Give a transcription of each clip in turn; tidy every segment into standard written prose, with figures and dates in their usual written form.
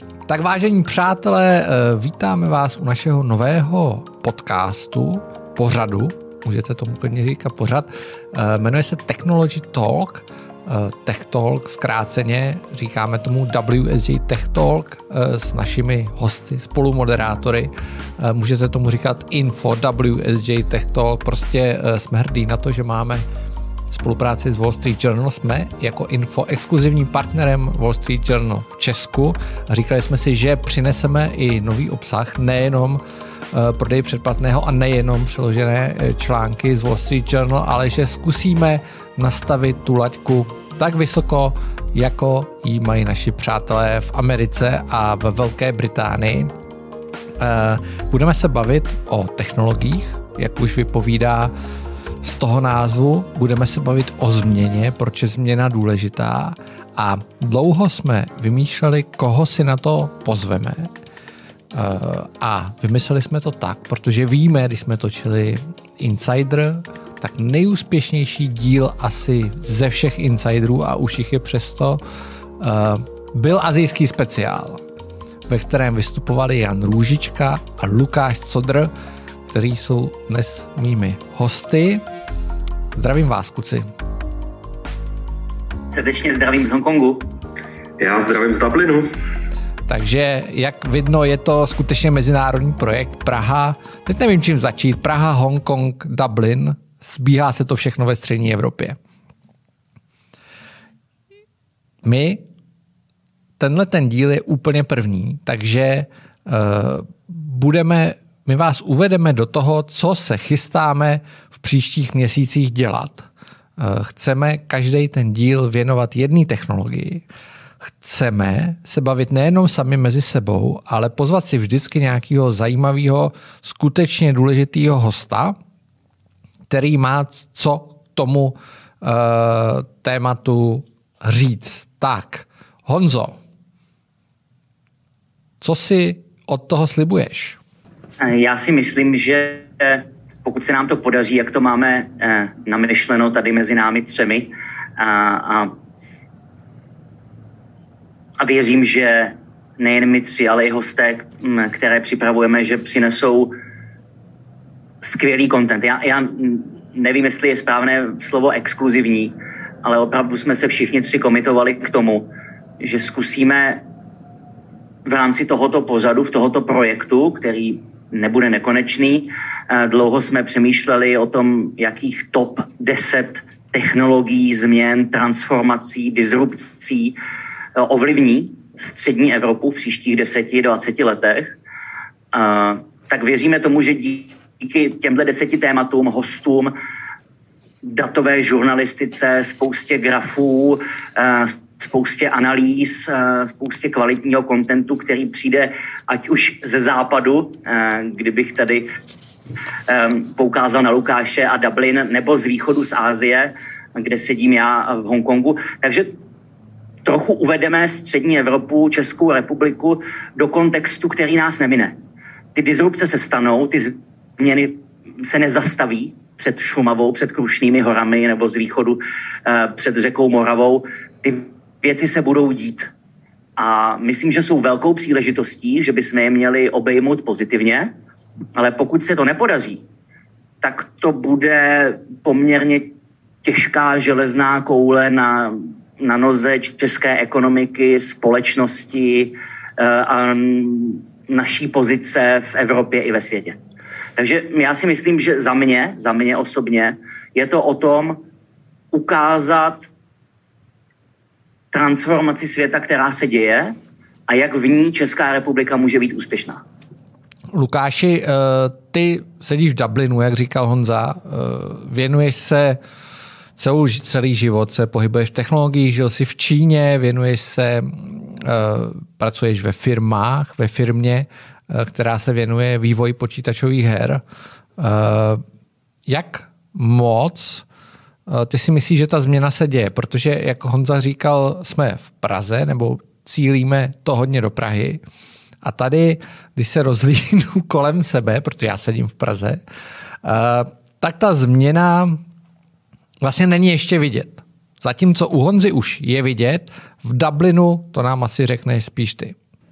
Tak vážení přátelé, vítáme vás u našeho nového podcastu, pořadu, můžete tomu klidně říkat pořad, jmenuje se Technology Talk, Tech Talk zkráceně, říkáme tomu WSJ Tech Talk s našimi hosty, spolumoderátory, můžete tomu říkat Info WSJ Tech Talk, prostě jsme hrdí na to, že máme spolupráci s Wall Street Journal, jsme jako Info exkluzivním partnerem Wall Street Journal v Česku a říkali jsme si, že přineseme i nový obsah, nejenom prodej předplatného a nejenom přeložené články z Wall Street Journal, ale že zkusíme nastavit tu laťku tak vysoko, jako ji mají naši přátelé v Americe a ve Velké Británii. Budeme se bavit o technologiích, jak už vypovídá z toho názvu, budeme se bavit o změně, proč je změna důležitá a dlouho jsme vymýšleli, koho si na to pozveme a vymysleli jsme to tak, protože víme, když jsme točili Insider, tak nejúspěšnější díl asi ze všech Insiderů a už jich je přesto, byl asijský speciál, ve kterém vystupovali Jan Růžička a Lukáš Codr, kteří jsou dnes mými hosty. Zdravím vás, kluci. Srdečně zdravím z Hongkongu. Já zdravím z Dublinu. Takže, jak vidno, je to skutečně mezinárodní projekt Praha. Teď nevím, čím začít. Praha, Hongkong, Dublin. Zbíhá se to všechno ve střední Evropě. Tenhle díl je úplně první, takže my vás uvedeme do toho, co se chystáme v příštích měsících dělat. Chceme každý ten díl věnovat jedné technologii. Chceme se bavit nejenom sami mezi sebou, ale pozvat si vždycky nějakého zajímavého, skutečně důležitého hosta, který má co k tomu tématu říct. Tak, Honzo, co si od toho slibuješ? Já si myslím, že pokud se nám to podaří, jak to máme namyšleno tady mezi námi třemi a věřím, že nejen my tři, ale i hosté, které připravujeme, že přinesou skvělý content. Já nevím, jestli je správné slovo exkluzivní, ale opravdu jsme se všichni tři komitovali k tomu, že zkusíme v rámci tohoto pořadu, v tohoto projektu, který nebude nekonečný. Dlouho jsme přemýšleli o tom, jakých top 10 technologií, změn, transformací, disrupcí ovlivní střední Evropu v příštích 10-20 letech. Tak věříme tomu, že díky těmhle 10 tématům, hostům, datové žurnalistice, spoustě grafů, spoustě analýz, spoustě kvalitního kontentu, který přijde ať už ze západu, kdybych tady poukázal na Lukáše a Dublin, nebo z východu z Asie, kde sedím já v Hongkongu. Takže trochu uvedeme střední Evropu, Českou republiku do kontextu, který nás nemine. Ty disrupce se stanou, ty změny se nezastaví před Šumavou, před Krušnými horami nebo z východu před řekou Moravou. Ty věci se budou dít. A myslím, že jsou velkou příležitostí, že bychom je měli obejmout pozitivně, ale pokud se to nepodaří, tak to bude poměrně těžká železná koule na noze české ekonomiky, společnosti a naší pozice v Evropě i ve světě. Takže já si myslím, že za mě osobně, je to o tom ukázat transformaci světa, která se děje a jak v ní Česká republika může být úspěšná. Lukáši, ty sedíš v Dublinu, jak říkal Honza, věnuješ se celý život, se pohybuješ v technologiích, žil jsi v Číně, věnuješ se, pracuješ ve firmě, která se věnuje vývoji počítačových her. Jak moc ty si myslíš, že ta změna se děje? Protože, jak Honza říkal, jsme v Praze, nebo cílíme to hodně do Prahy. A tady, když se rozhlídnu kolem sebe, protože já sedím v Praze, tak ta změna vlastně není ještě vidět. Zatímco u Honzy už je vidět, v Dublinu to nám asi řekneš spíš ty.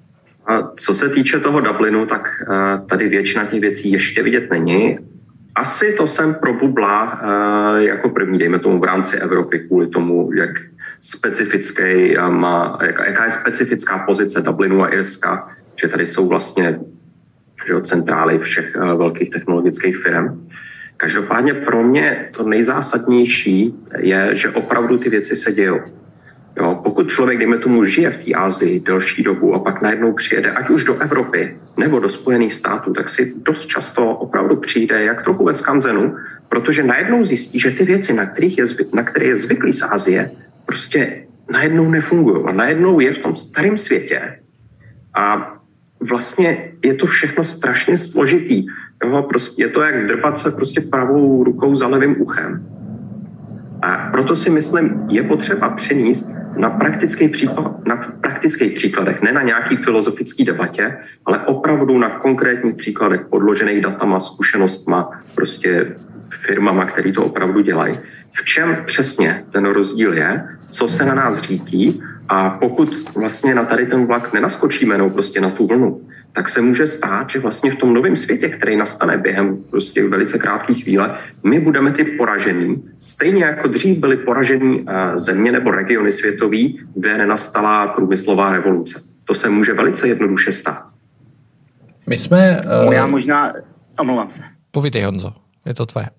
A co se týče toho Dublinu, tak tady většina těch věcí ještě vidět není. Asi to jsem probubla jako první, dejme tomu v rámci Evropy, kvůli tomu, jak specifický jaká je specifická pozice Dublinu a Irska, že tady jsou vlastně centrály všech velkých technologických firm. Každopádně pro mě to nejzásadnější je, že opravdu ty věci se dějou. Jo, pokud člověk, dejme tomu, žije v té Asii delší dobu a pak najednou přijede, ať už do Evropy nebo do Spojených států, tak si dost často opravdu přijde jak trochu ve skanzenu, protože najednou zjistí, že ty věci, na které je zvyklý z Asie, prostě najednou nefungují. A najednou je v tom starém světě a vlastně je to všechno strašně složitý. Jo, prostě je to jak drbat se prostě pravou rukou za levým uchem. A proto si myslím, je potřeba přenést na praktických příkladech, ne na nějaký filozofický debatě, ale opravdu na konkrétních příkladech podložených datama, zkušenostma, prostě firmama, který to opravdu dělají. V čem přesně ten rozdíl je, co se na nás řítí a pokud vlastně na tady ten vlak nenaskočíme nebo prostě na tu vlnu, tak se může stát, že vlastně v tom novém světě, který nastane během prostě velice krátké chvíle, my budeme ty poražení, stejně jako dřív byly poražení země nebo regiony světový, kde nenastala průmyslová revoluce. To se může velice jednoduše stát. My jsme... Já možná... Omlouvám se. Povídej, Honzo, je to tvoje.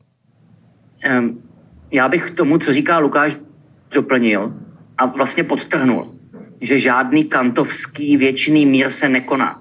Já bych k tomu, co říká Lukáš, doplnil a vlastně podtrhnul, že žádný kantovský věčný mír se nekoná.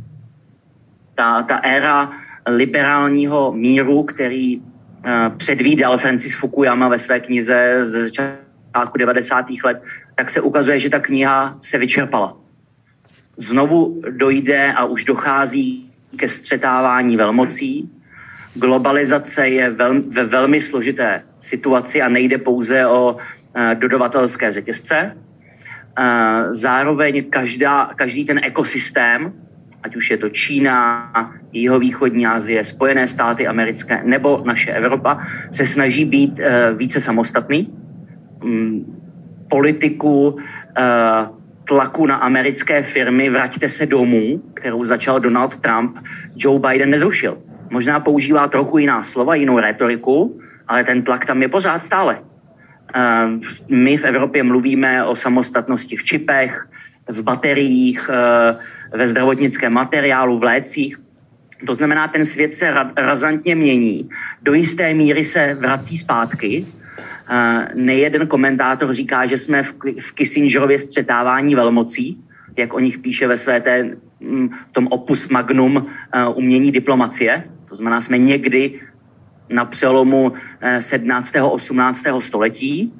Ta éra liberálního míru, který předvídal Francis Fukuyama ve své knize ze začátku 90. let, tak se ukazuje, že ta kniha se vyčerpala. Znovu dojde a už dochází ke střetávání velmocí. Globalizace je ve velmi složité situaci a nejde pouze o dodavatelské řetězce. Zároveň každý ten ekosystém, ať už je to Čína, jihovýchodní Asie, Spojené státy americké nebo naše Evropa, se snaží být více samostatný. Politiku tlaku na americké firmy vraťte se domů, kterou začal Donald Trump, Joe Biden nezrušil. Možná používá trochu jiná slova, jinou retoriku, ale ten tlak tam je pořád stále. My v Evropě mluvíme o samostatnosti v čipech, v bateriích, ve zdravotnickém materiálu, v lécích. To znamená, ten svět se razantně mění. Do jisté míry se vrací zpátky. Nejeden komentátor říká, že jsme v Kissingerově střetávání velmocí, jak o nich píše ve své tom opus magnum umění diplomacie. To znamená, jsme někdy na přelomu 17. a 18. století.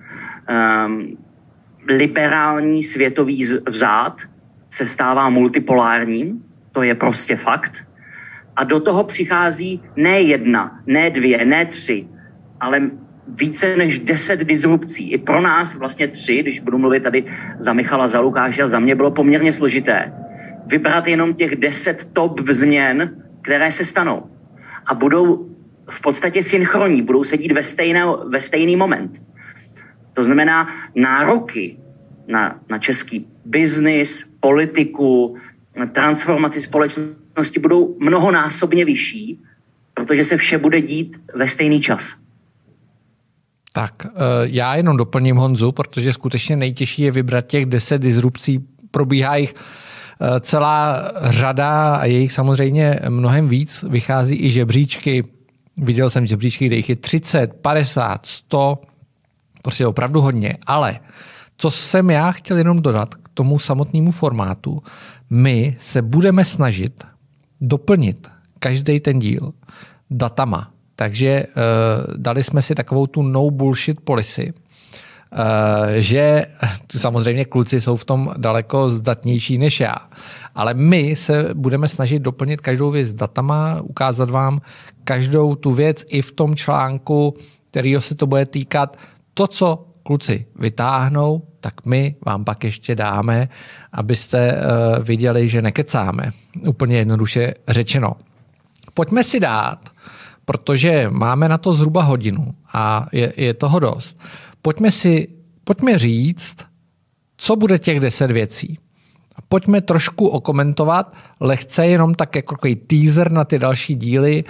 Liberální světový řád se stává multipolárním, to je prostě fakt. A do toho přichází ne 1, ne 2, ne 3, ale více než 10 disrupcí. I pro nás vlastně 3, když budu mluvit tady za Michala, za Lukáše a za mě, bylo poměrně složité vybrat jenom těch 10 top změn, které se stanou. A budou v podstatě synchronní, budou sedět ve stejný moment. To znamená, nároky na český biznis, politiku, transformaci společnosti budou mnohonásobně vyšší, protože se vše bude dít ve stejný čas. Tak já jenom doplním Honzu, protože skutečně nejtěžší je vybrat těch 10 disrupcí. Probíhá jich celá řada a je jich samozřejmě mnohem víc. Vychází i žebříčky. Viděl jsem žebříčky, kde jich je 30, 50, 100, prostě opravdu hodně. Ale co jsem já chtěl jenom dodat k tomu samotnému formátu, my se budeme snažit doplnit každý ten díl datama. Takže dali jsme si takovou tu no bullshit policy, že samozřejmě kluci jsou v tom daleko zdatnější než já, ale my se budeme snažit doplnit každou věc datama, ukázat vám každou tu věc i v tom článku, kterýho se to bude týkat. To, co kluci vytáhnou, tak my vám pak ještě dáme, abyste viděli, že nekecáme. Úplně jednoduše řečeno. Pojďme si dát, protože máme na to zhruba hodinu a je toho dost. Pojďme říct, co bude těch 10 věcí. Pojďme trošku okomentovat lehce jenom tak jako teaser na ty další díly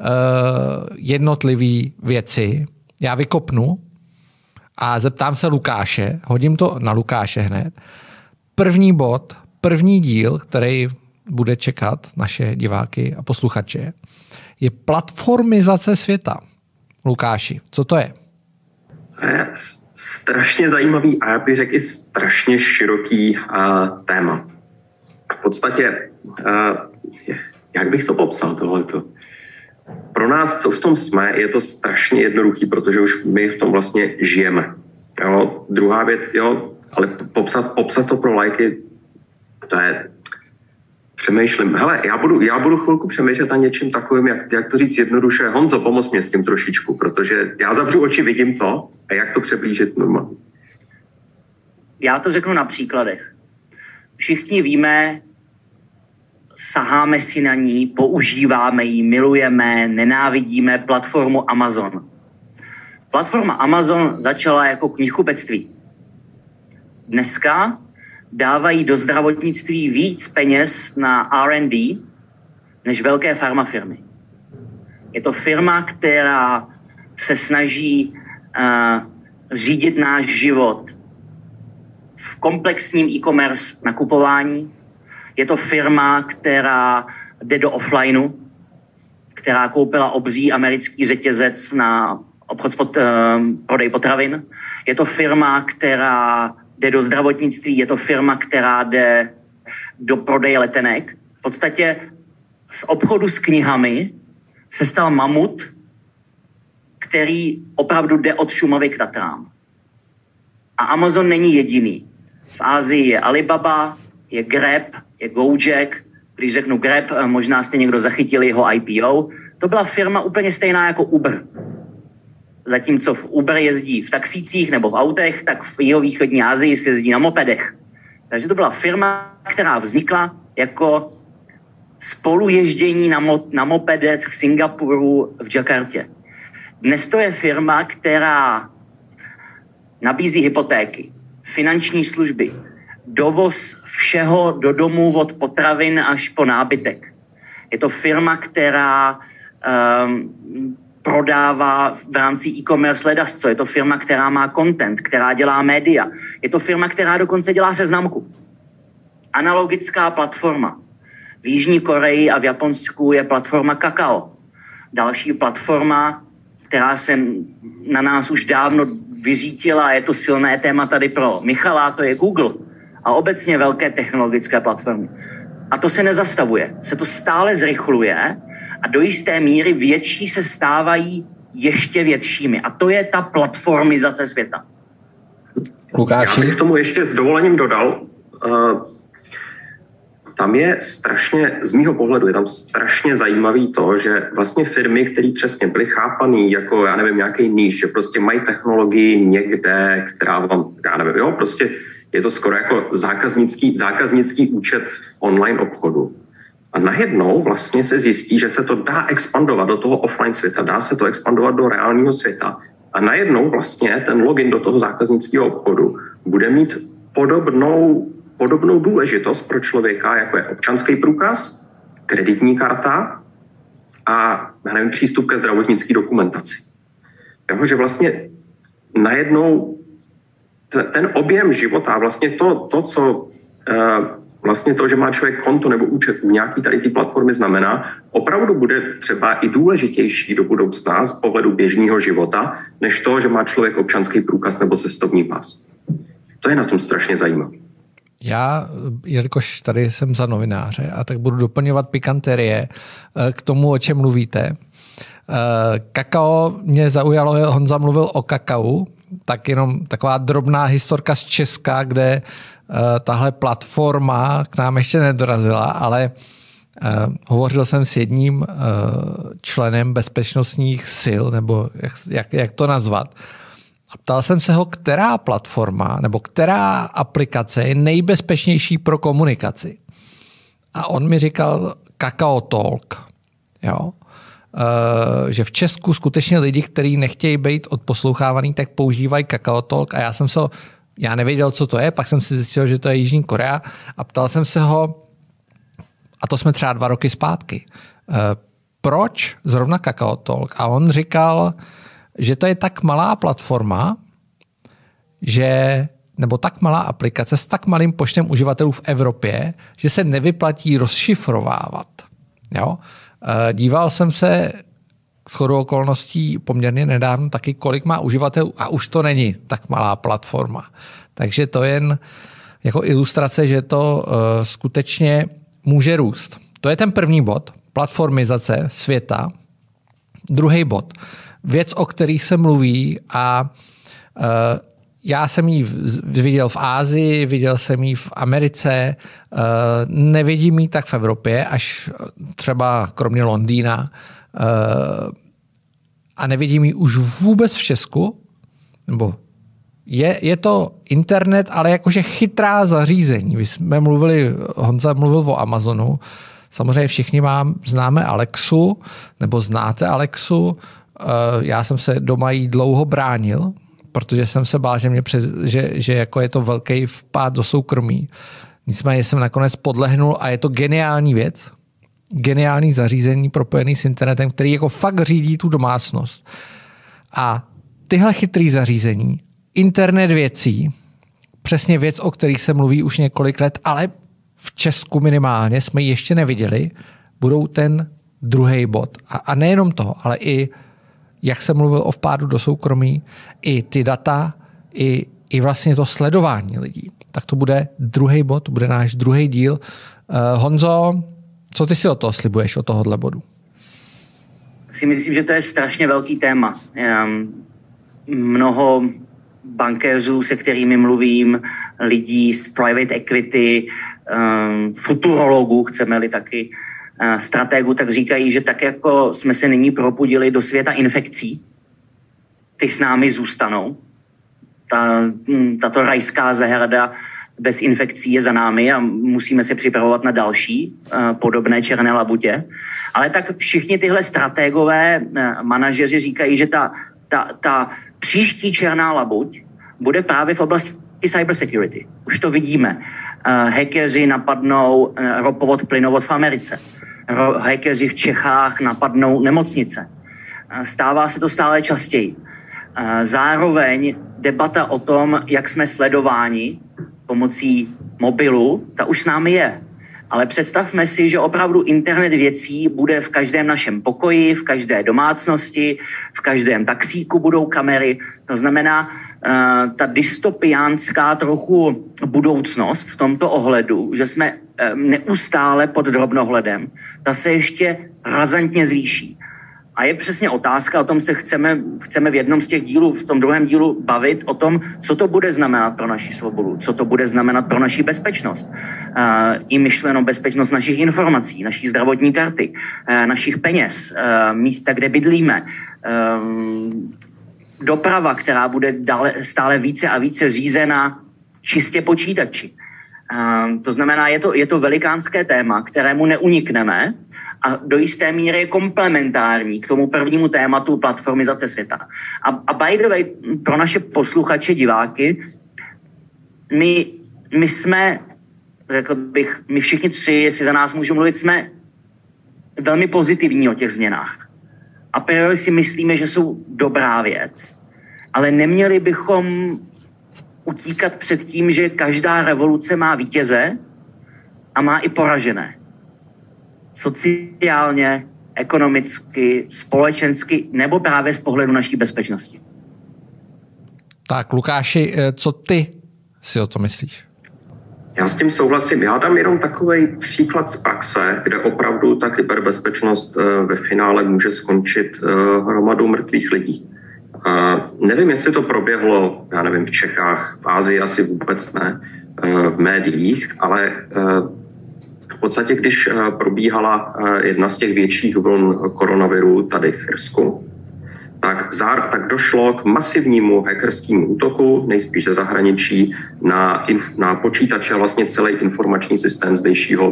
jednotlivé věci. Já vykopnu a zeptám se Lukáše, hodím to na Lukáše hned. První bod, první díl, který bude čekat naše diváky a posluchače, je platformizace světa. Lukáši, co to je? To je strašně zajímavý a já bych řekl i strašně široký téma. V podstatě, jak bych to popsal tohleto? Pro nás, co v tom jsme, je to strašně jednoduchý, protože už my v tom vlastně žijeme. Jo? Druhá věc, ale popsat to pro lajky, to je... Přemýšlím. Hele, já budu chvilku přemýšlet na něčím takovým, jak to říct jednoduše. Honzo, pomoz mě s tím trošičku, protože já zavřu oči, vidím to a jak to přiblížit normálně. Já to řeknu na příkladech. Všichni víme, saháme si na ní, používáme ji, milujeme, nenávidíme platformu Amazon. Platforma Amazon začala jako knihkupectví. Dneska dávají do zdravotnictví víc peněz na R&D než velké farmafirmy. Je to firma, která se snaží řídit náš život v komplexním e-commerce nakupování. Je to firma, která jde do offlineu, která koupila obří americký řetězec na obchod prodej potravin. Je to firma, která jde do zdravotnictví, je to firma, která jde do prodeje letenek. V podstatě z obchodu s knihami se stal mamut, který opravdu jde od Šumavy k Tatrám. A Amazon není jediný. V Asii je Alibaba, je Grab, je Gojek. Když řeknu Grab, možná jste někdo zachytil jeho IPO. To byla firma úplně stejná jako Uber. Zatímco v Uber jezdí v taxících nebo v autech, tak v jihovýchodní Asii se jezdí na mopedech. Takže to byla firma, která vznikla jako spoluježdění na mopedech v Singapuru, v Jakartě. Dnes to je firma, která nabízí hypotéky, finanční služby, dovoz všeho do domů od potravin až po nábytek. Je to firma, která prodává v rámci e-commerce ledasco. Je to firma, která má content, která dělá média. Je to firma, která dokonce dělá seznamku. Analogická platforma. V Jižní Koreji a v Japonsku je platforma Kakao. Další platforma, která se na nás už dávno vyřítila, je to silné téma tady pro Michala, to je Google. A obecně velké technologické platformy. A to se nezastavuje. Se to stále zrychluje a do jisté míry větší se stávají ještě většími. A to je ta platformizace světa. Lukáši? Já bych k tomu ještě s dovolením dodal, tam je strašně, z mýho pohledu, je tam strašně zajímavý to, že vlastně firmy, které přesně byly chápaný jako, já nevím, nějaký níž, že prostě mají technologii někde, která vám, já nevím, jo, prostě je to skoro jako zákaznický účet v online obchodu. A najednou vlastně se zjistí, že se to dá expandovat do toho offline světa, dá se to expandovat do reálního světa. A najednou vlastně ten login do toho zákaznického obchodu bude mít podobnou důležitost pro člověka, jako je občanský průkaz, kreditní karta a, já nevím, přístup ke zdravotnické dokumentaci. Jo, že vlastně najednou ten objem života, vlastně to, že má člověk konto nebo účet u nějaký tady ty platformy znamená, opravdu bude třeba i důležitější do budoucna z pohledu běžného života, než to, že má člověk občanský průkaz nebo cestovní pas. To je na tom strašně zajímavé. Já, jelikož tady jsem za novináře, a tak budu doplňovat pikanterie k tomu, o čem mluvíte. Kakao mě zaujalo, Honza mluvil o kakao, tak jenom taková drobná historka z Česka, kde tahle platforma k nám ještě nedorazila, ale hovořil jsem s jedním členem bezpečnostních sil, nebo jak to nazvat. A ptal jsem se ho, která platforma nebo která aplikace je nejbezpečnější pro komunikaci. A on mi říkal Kakao Talk. Jo? Že v Česku skutečně lidi, kteří nechtějí být odposlouchávaný, tak používají Kakao Talk a já jsem se Já nevěděl, co to je, pak jsem si zjistil, že to je Jižní Korea a ptal jsem se ho, a to jsme třeba 2 roky zpátky, proč zrovna KakaoTalk? A on říkal, že to je tak malá platforma, nebo tak malá aplikace s tak malým počtem uživatelů v Evropě, že se nevyplatí rozšifrovávat. Jo? Díval jsem se shodou okolností poměrně nedávno taky, kolik má uživatelů a už to není tak malá platforma. Takže to jen jako ilustrace, že to skutečně může růst. To je ten první bod, platformizace světa. Druhý bod, věc, o který se mluví a já jsem ji viděl v Ázii, viděl jsem ji v Americe, nevidím ji tak v Evropě, až třeba kromě Londýna, a nevidím ji už vůbec v Česku, nebo je to internet, ale jakože chytrá zařízení. My jsme mluvili, Honza mluvil o Amazonu, samozřejmě všichni známe Alexu, nebo znáte Alexu, já jsem se doma jí dlouho bránil, protože jsem se bál, že jako je to velký vpád do soukromí. Nicméně jsem nakonec podlehnul a je to geniální věc, geniální zařízení propojený s internetem, který jako fakt řídí tu domácnost. A tyhle chytrý zařízení, internet věcí, přesně věc, o kterých se mluví už několik let, ale v Česku minimálně jsme ji ještě neviděli, budou ten druhý bod. A nejenom to, ale i jak jsem mluvil o vpádu do soukromí, i ty data, i vlastně to sledování lidí. Tak to bude druhý bod, to bude náš druhý díl. Honzo, co ty si od toho slibuješ, od tohohle bodu? Si myslím, že to je strašně velký téma. Mnoho bankéřů, se kterými mluvím, lidí z private equity, futurologů, chceme-li taky, strategů, tak říkají, že tak jako jsme se nyní propudili do světa infekcí, ty s námi zůstanou. Tato rajská zahrada bez infekcí je za námi a musíme se připravovat na další podobné černé labutě. Ale tak všichni tyhle strategové manažeři říkají, že ta příští černá labuť bude právě v oblasti cybersecurity. Už to vidíme. Hackeři napadnou ropovod, plynovod v Americe. Hackeři v Čechách napadnou nemocnice. Stává se to stále častěji. Zároveň debata o tom, jak jsme sledováni pomocí mobilu, ta už s námi je. Ale představme si, že opravdu internet věcí bude v každém našem pokoji, v každé domácnosti, v každém taxíku budou kamery. To znamená, ta dystopiánská trochu budoucnost v tomto ohledu, že jsme neustále pod drobnohledem, ta se ještě razantně zvýší. A je přesně otázka, o tom se chceme v jednom z těch dílů, v tom druhém dílu bavit o tom, co to bude znamenat pro naši svobodu, co to bude znamenat pro naši bezpečnost. I myšleno bezpečnost našich informací, naší zdravotní karty, našich peněz, místa, kde bydlíme, doprava, která bude stále více a více řízena čistě počítači. To znamená, je to velikánské téma, kterému neunikneme, a do jisté míry je komplementární k tomu prvnímu tématu platformizace světa. A by the way, pro naše posluchače, diváky, my jsme, řekl bych, my všichni tři, jestli za nás můžu mluvit, jsme velmi pozitivní o těch změnách. A priori si myslíme, že jsou dobrá věc, ale neměli bychom utíkat před tím, že každá revoluce má vítěze a má i poražené. Sociálně, ekonomicky, společensky nebo právě z pohledu naší bezpečnosti. Tak, Lukáši, co ty si o to myslíš? Já s tím souhlasím. Já dám jenom takový příklad z praxe, kde opravdu ta kyberbezpečnost ve finále může skončit hromadou mrtvých lidí. Nevím, jestli to proběhlo, já nevím, v Čechách, v Asii asi vůbec ne, v médiích, ale v podstatě, když probíhala jedna z těch větších vln koronaviru tady v Irsku, tak došlo k masivnímu hackerskému útoku, nejspíš ze zahraničí, na počítače, vlastně celý informační systém zdejšího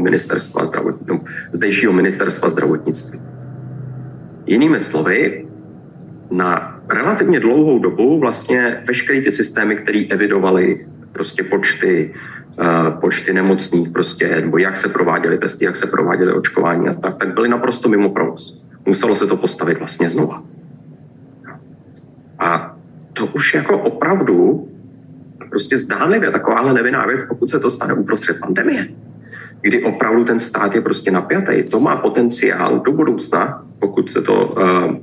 ministerstva zdravotnictví. Jinými slovy, na relativně dlouhou dobu vlastně veškeré ty systémy, které evidovaly prostě počty nemocných prostě, nebo jak se prováděly testy, jak se prováděly očkování a tak byly naprosto mimo provoz. Muselo se to postavit vlastně znova. A to už jako opravdu prostě zdánlivě takováhle nevinná věc, pokud se to stane uprostřed pandemie, kdy opravdu ten stát je prostě napjatý. To má potenciál do budoucna, pokud se to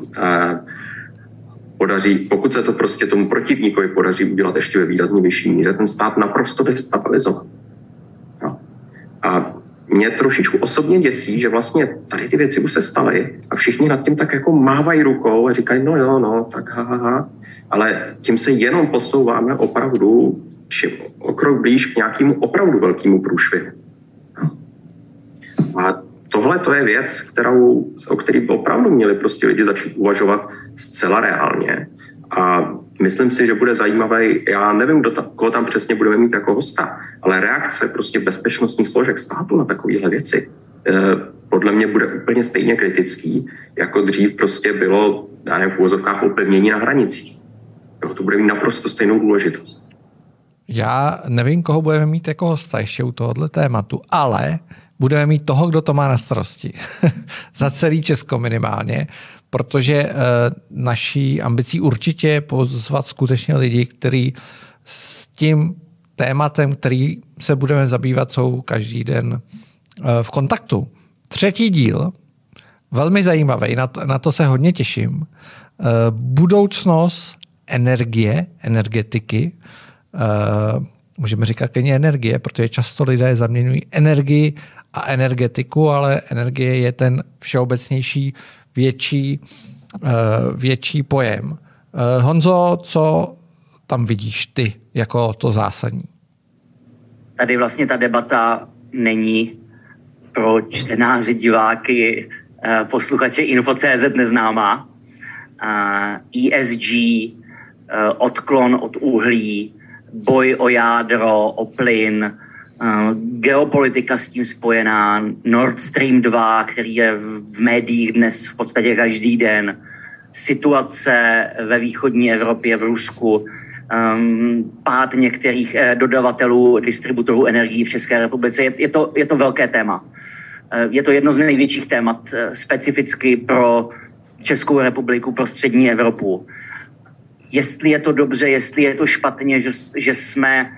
podaří, pokud se to prostě tomu protivníkovi podaří udělat ještě ve výrazně vyšší míře, ten stát naprosto destabilizovat. No. A mě trošičku osobně děsí, že vlastně tady ty věci už se staly a všichni nad tím tak jako mávají rukou a říkají, no jo, no, tak ha. Ale tím se jenom posouváme opravdu o krok blíž k nějakému opravdu velkému průšvihu. No. A tohle to je věc, o které by opravdu měli prostě lidi začít uvažovat zcela reálně. A myslím si, že bude zajímavý, já nevím, koho tam přesně budeme mít jako hosta, ale reakce prostě bezpečnostních složek státu na takovéhle věci podle mě bude úplně stejně kritický, jako dřív prostě bylo, já nevím, v uvozovkách opevnění na hranicích. To bude mít naprosto stejnou důležitost. Já nevím, koho budeme mít jako hosta ještě u tohohle tématu, ale budeme mít toho, kdo to má na starosti. Za celý Česko minimálně, protože naší ambicí určitě je pozvat skutečně lidi, kteří s tím tématem, který se budeme zabývat, jsou každý den v kontaktu. 3. díl, velmi zajímavý, na to se hodně těším. Budoucnost energetiky, můžeme říkat klidně energie, protože často lidé zaměňují energii a energetiku, ale energie je ten všeobecnější, větší pojem. Honzo, co tam vidíš ty jako to zásadní? Tady vlastně ta debata není pro čtenáři, diváky, posluchače Info.cz neznámá. ESG, odklon od uhlí, boj o jádro, o plyn, geopolitika s tím spojená, Nord Stream 2, který je v médiích dnes v podstatě každý den, situace ve východní Evropě, v Rusku, pád některých dodavatelů, distributorů energií v České republice. Je to velké téma. Je to jedno z největších témat specificky pro Českou republiku, pro střední Evropu. Jestli je to dobře, jestli je to špatně, že jsme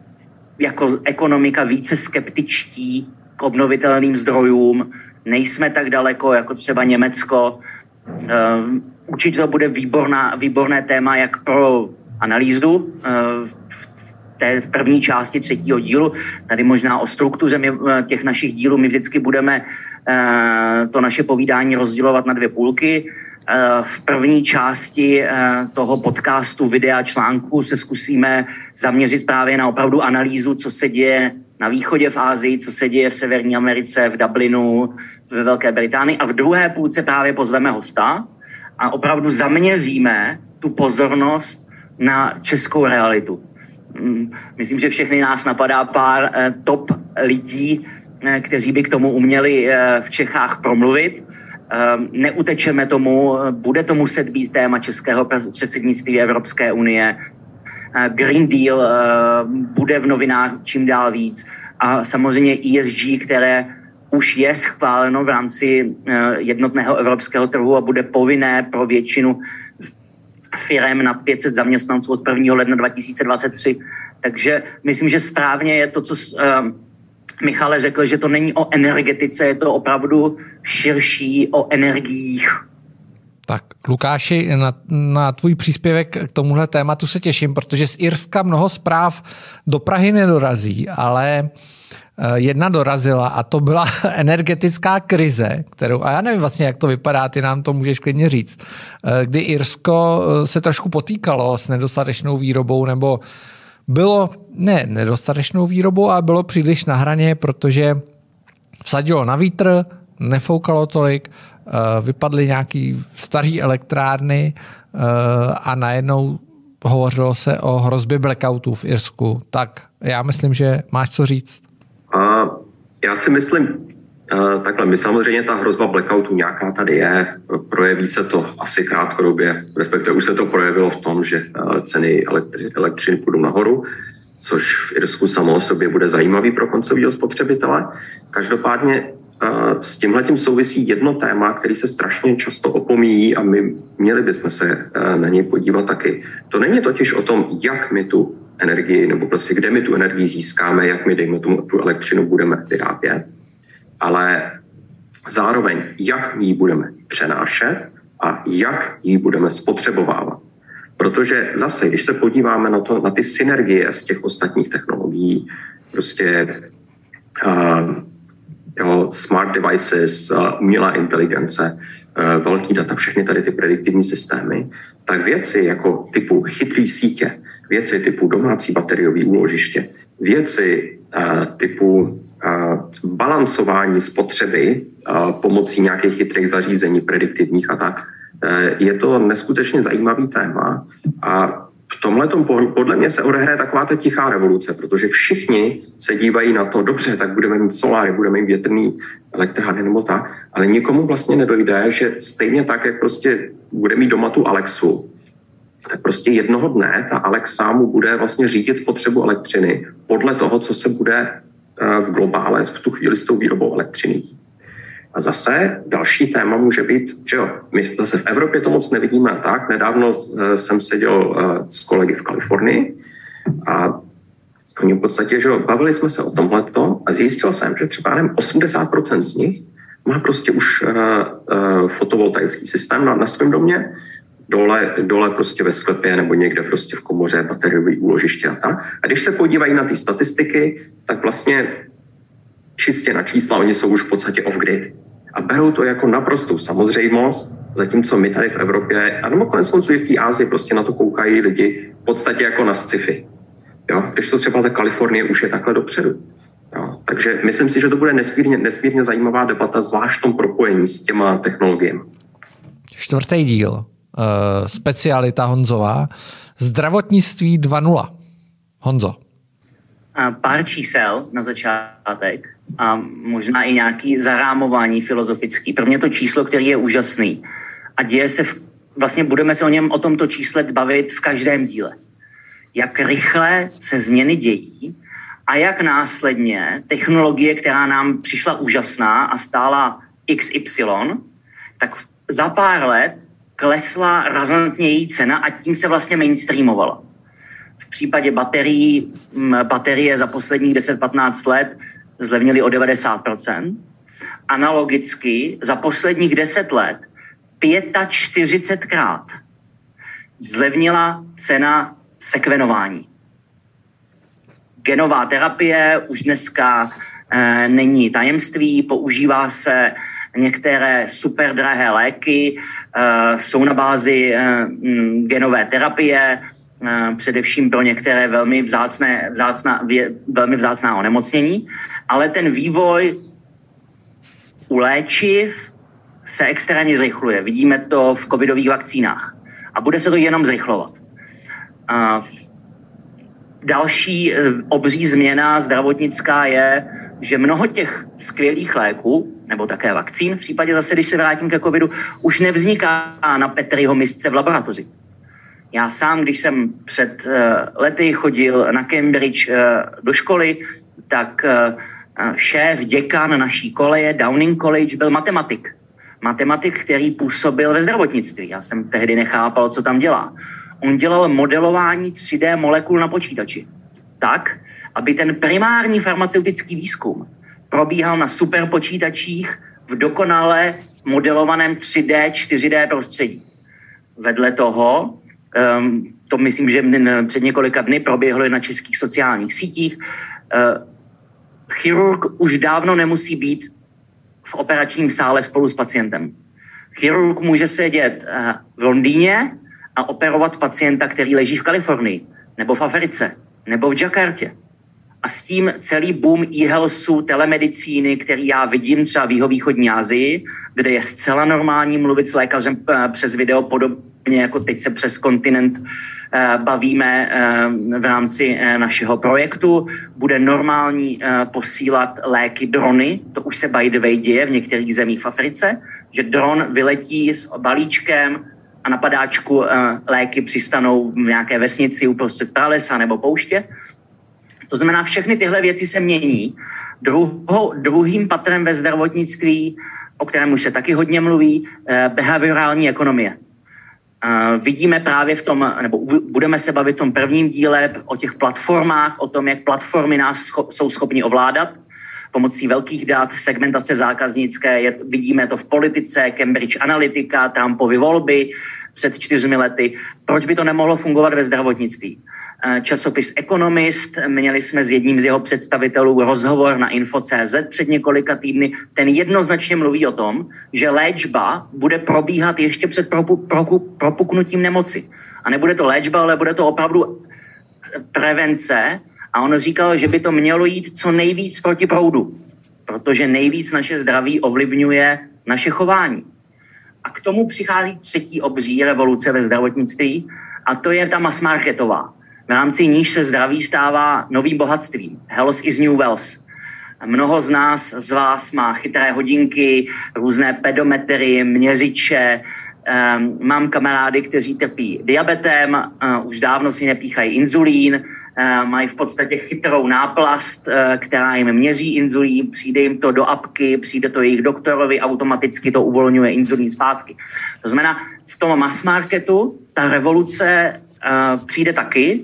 jako ekonomika více skeptičtí k obnovitelným zdrojům, nejsme tak daleko jako třeba Německo. Určitě to bude výborné téma jak pro analýzu v té první části 3. dílu. Tady možná o struktuře těch našich dílů my vždycky budeme to naše povídání rozdělovat na 2 půlky. V první části toho podcastu, videa, článku se zkusíme zaměřit právě na opravdu analýzu, co se děje na východě v Asii, co se děje v Severní Americe, v Dublinu, ve Velké Británii. A v druhé půlce právě pozveme hosta a opravdu zaměříme tu pozornost na českou realitu. Myslím, že všechny nás napadá pár top lidí, kteří by k tomu uměli v Čechách promluvit. Neutečeme tomu, bude to muset být téma českého předsednictví Evropské unie. Green Deal bude v novinách čím dál víc. A samozřejmě ESG, které už je schváleno v rámci jednotného evropského trhu a bude povinné pro většinu firem nad 500 zaměstnanců od 1. ledna 2023. Takže myslím, že správně je to, co Michale řekl, že to není o energetice, je to opravdu širší o energiích. Tak Lukáši, na tvůj příspěvek k tomuhle tématu se těším, protože z Irska mnoho zpráv do Prahy nedorazí, ale jedna dorazila a to byla energetická krize, kterou, a já nevím vlastně, jak to vypadá, ty nám to můžeš klidně říct, kdy Irsko se trošku potýkalo s nedostatečnou výrobou nebo bylo nedostatečnou výrobou, ale bylo příliš na hraně, protože vsadilo na vítr, nefoukalo tolik, vypadly nějaký starý elektrárny a najednou hovořilo se o hrozbě blackoutů v Irsku. Tak já myslím, že máš co říct. Já si myslím, Takhle, my samozřejmě ta hrozba blackoutu nějaká tady je, projeví se to asi krátkodobě, respektive už se to projevilo v tom, že ceny elektřiny půjdou nahoru, což v Irsku samo o sobě bude zajímavý pro koncového spotřebitele. Každopádně s tímhletím souvisí jedno téma, který se strašně často opomíjí a my měli bychom se na něj podívat taky. To není totiž o tom, jak my tu energii, nebo prostě kde my tu energii získáme, jak my, dejme tomu, tu elektřinu budeme vyrábět, ale zároveň, jak ji budeme přenášet a jak ji budeme spotřebovávat. Protože zase, když se podíváme na ty synergie z těch ostatních technologií, prostě smart devices, umělá inteligence, velký data, všechny tady ty prediktivní systémy, tak věci jako typu chytrý sítě, věci typu domácí bateriové úložiště, věci typu balancování spotřeby pomocí nějakých chytrých zařízení, prediktivních a tak, je to neskutečně zajímavý téma a v tomhletom podle mě se odehraje taková ta tichá revoluce, protože všichni se dívají na to, dobře, tak budeme mít soláry, budeme mít větrný elektrárny nebo tak, ale nikomu vlastně nedojde, že stejně tak, jak prostě bude mít doma tu Alexu, tak prostě jednoho dne ta Alexa mu bude vlastně řídit spotřebu elektřiny podle toho, co se bude v globále v tu chvíli s tou výrobou elektřiny. A zase další téma může být, že jo, my zase v Evropě to moc nevidíme tak. Nedávno jsem seděl s kolegy v Kalifornii a oni v podstatě, že jo, bavili jsme se o tomhleto a zjistil jsem, že třeba 80% z nich má prostě už fotovoltaický systém na svém domě, dole prostě ve sklepě nebo někde prostě v komoře bateriové úložiště a tak. A když se podívají na ty statistiky, tak vlastně čistě na čísla oni jsou už v podstatě off-grid. A berou to jako naprostou samozřejmost, zatímco my tady v Evropě, a nebo konec konců i v té Asii prostě na to koukají lidi v podstatě jako na sci-fi. Jo? Když to třeba ta Kalifornie už je takhle dopředu. Jo? Takže myslím si, že to bude nesmírně zajímavá debata, zvlášť v tom propojení s těma technologiemi. 4. díl. Specialita Honzová. Zdravotnictví 2.0. Honzo. Pár čísel na začátek a možná i nějaký zarámování filozofický. Pro mě to číslo, který je úžasný. A děje se, vlastně budeme se o tomto čísle bavit v každém díle. Jak rychle se změny dějí a jak následně technologie, která nám přišla úžasná a stála XY, tak za pár let klesla razantně její cena a tím se vlastně mainstreamovala. V případě baterie za posledních 10-15 let zlevnily o 90%. Analogicky za posledních 10 let 45krát zlevnila cena sekvenování. Genová terapie už dneska není tajemství, používá se některé superdrahé léky, jsou na bázi genové terapie, především pro některé velmi vzácná onemocnění, ale ten vývoj u léčiv se extrémně zrychluje. Vidíme to v covidových vakcínách a bude se to jenom zrychlovat. Další obří změna zdravotnická je, že mnoho těch skvělých léků, nebo také vakcín, v případě zase, když se vrátím ke covidu, už nevzniká na Petriho misce v laboratoři. Já sám, když jsem před lety chodil na Cambridge do školy, tak šéf, děkan naší koleje, Downing College, byl matematik. Matematik, který působil ve zdravotnictví. Já jsem tehdy nechápal, co tam dělá. On dělal modelování 3D molekul na počítači. Tak, aby ten primární farmaceutický výzkum probíhal na superpočítačích v dokonale modelovaném 3D, 4D prostředí. Vedle toho, to myslím, že před několika dny proběhlo na českých sociálních sítích, chirurg už dávno nemusí být v operačním sále spolu s pacientem. Chirurg může sedět v Londýně a operovat pacienta, který leží v Kalifornii, nebo v Africe, nebo v Jakartě. A s tím celý boom e-healthu, telemedicíny, který já vidím třeba v jihovýchodní Asii, kde je zcela normální mluvit s lékařem přes video, podobně jako teď se přes kontinent bavíme v rámci našeho projektu. Bude normální posílat léky drony, to už se by the way děje v některých zemích v Africe, že dron vyletí s balíčkem a na padáčku léky přistanou v nějaké vesnici uprostřed pralesa nebo pouště. To znamená, všechny tyhle věci se mění. Druhým patrem ve zdravotnictví, o kterém už se taky hodně mluví, behaviorální ekonomie. Vidíme právě v tom, nebo budeme se bavit v tom prvním díle o těch platformách, o tom, jak platformy nás jsou schopni ovládat pomocí velkých dat, segmentace zákaznické, vidíme to v politice, Cambridge Analytica, Trumpovy volby před 4 lety. Proč by to nemohlo fungovat ve zdravotnictví? Časopis Economist, měli jsme s jedním z jeho představitelů rozhovor na Info.cz před několika týdny, ten jednoznačně mluví o tom, že léčba bude probíhat ještě před propuknutím nemoci. A nebude to léčba, ale bude to opravdu prevence. A on říkal, že by to mělo jít co nejvíc proti proudu, protože nejvíc naše zdraví ovlivňuje naše chování. A k tomu přichází třetí obří revoluce ve zdravotnictví, a to je ta mass marketová. V rámci níž se zdraví stává novým bohatstvím. Health is new wealth. Mnoho z vás má chytré hodinky, různé pedometry, měřiče. Mám kamarády, kteří trpí diabetem, už dávno si nepíchají inzulín, mají v podstatě chytrou náplast, která jim měří inzulín, přijde jim to do apky, přijde to jejich doktorovi, automaticky to uvolňuje inzulín zpátky. To znamená, v tom mass marketu ta revoluce přijde taky.